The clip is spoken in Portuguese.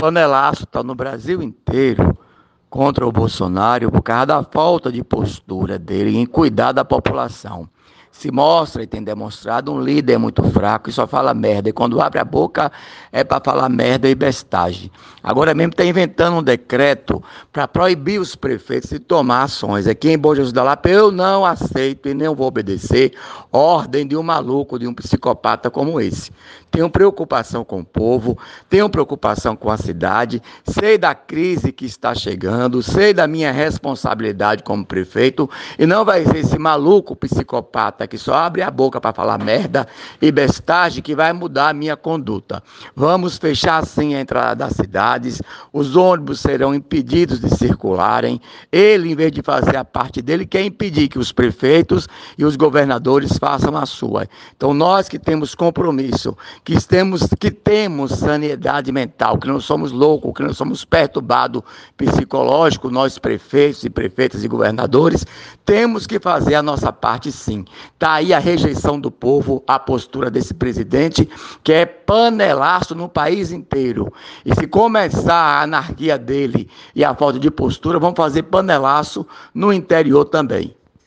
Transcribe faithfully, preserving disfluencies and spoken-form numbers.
panelaço está no Brasil inteiro contra o Bolsonaro por causa da falta de postura dele em cuidar da população. Se mostra e tem demonstrado um líder muito fraco e só fala merda. E quando abre a boca é para falar merda e bestagem. Agora mesmo está inventando um decreto para proibir os prefeitos de tomar ações. Aqui em Bom Jesus da Lapa eu não aceito e nem vou obedecer ordem de um maluco, de um psicopata como esse. Tenho preocupação com o povo, tenho preocupação com a cidade, sei da crise que está chegando, sei da minha responsabilidade como prefeito e não vai ser esse maluco psicopata que só abre a boca para falar merda e bestagem que vai mudar a minha conduta. Vamos fechar sim a entrada das cidades, os ônibus serão impedidos de circularem. Ele, em vez de fazer a parte dele, quer impedir que os prefeitos e os governadores façam a sua. Então nós que temos compromisso, que temos, que temos sanidade mental, que não somos loucos, que não somos perturbados psicológicos, nós prefeitos e prefeitas e governadores, temos que fazer a nossa parte sim. Está aí a rejeição do povo, a postura desse presidente, que é panelaço no país inteiro. E se começar a anarquia dele e a falta de postura, vão fazer panelaço no interior também.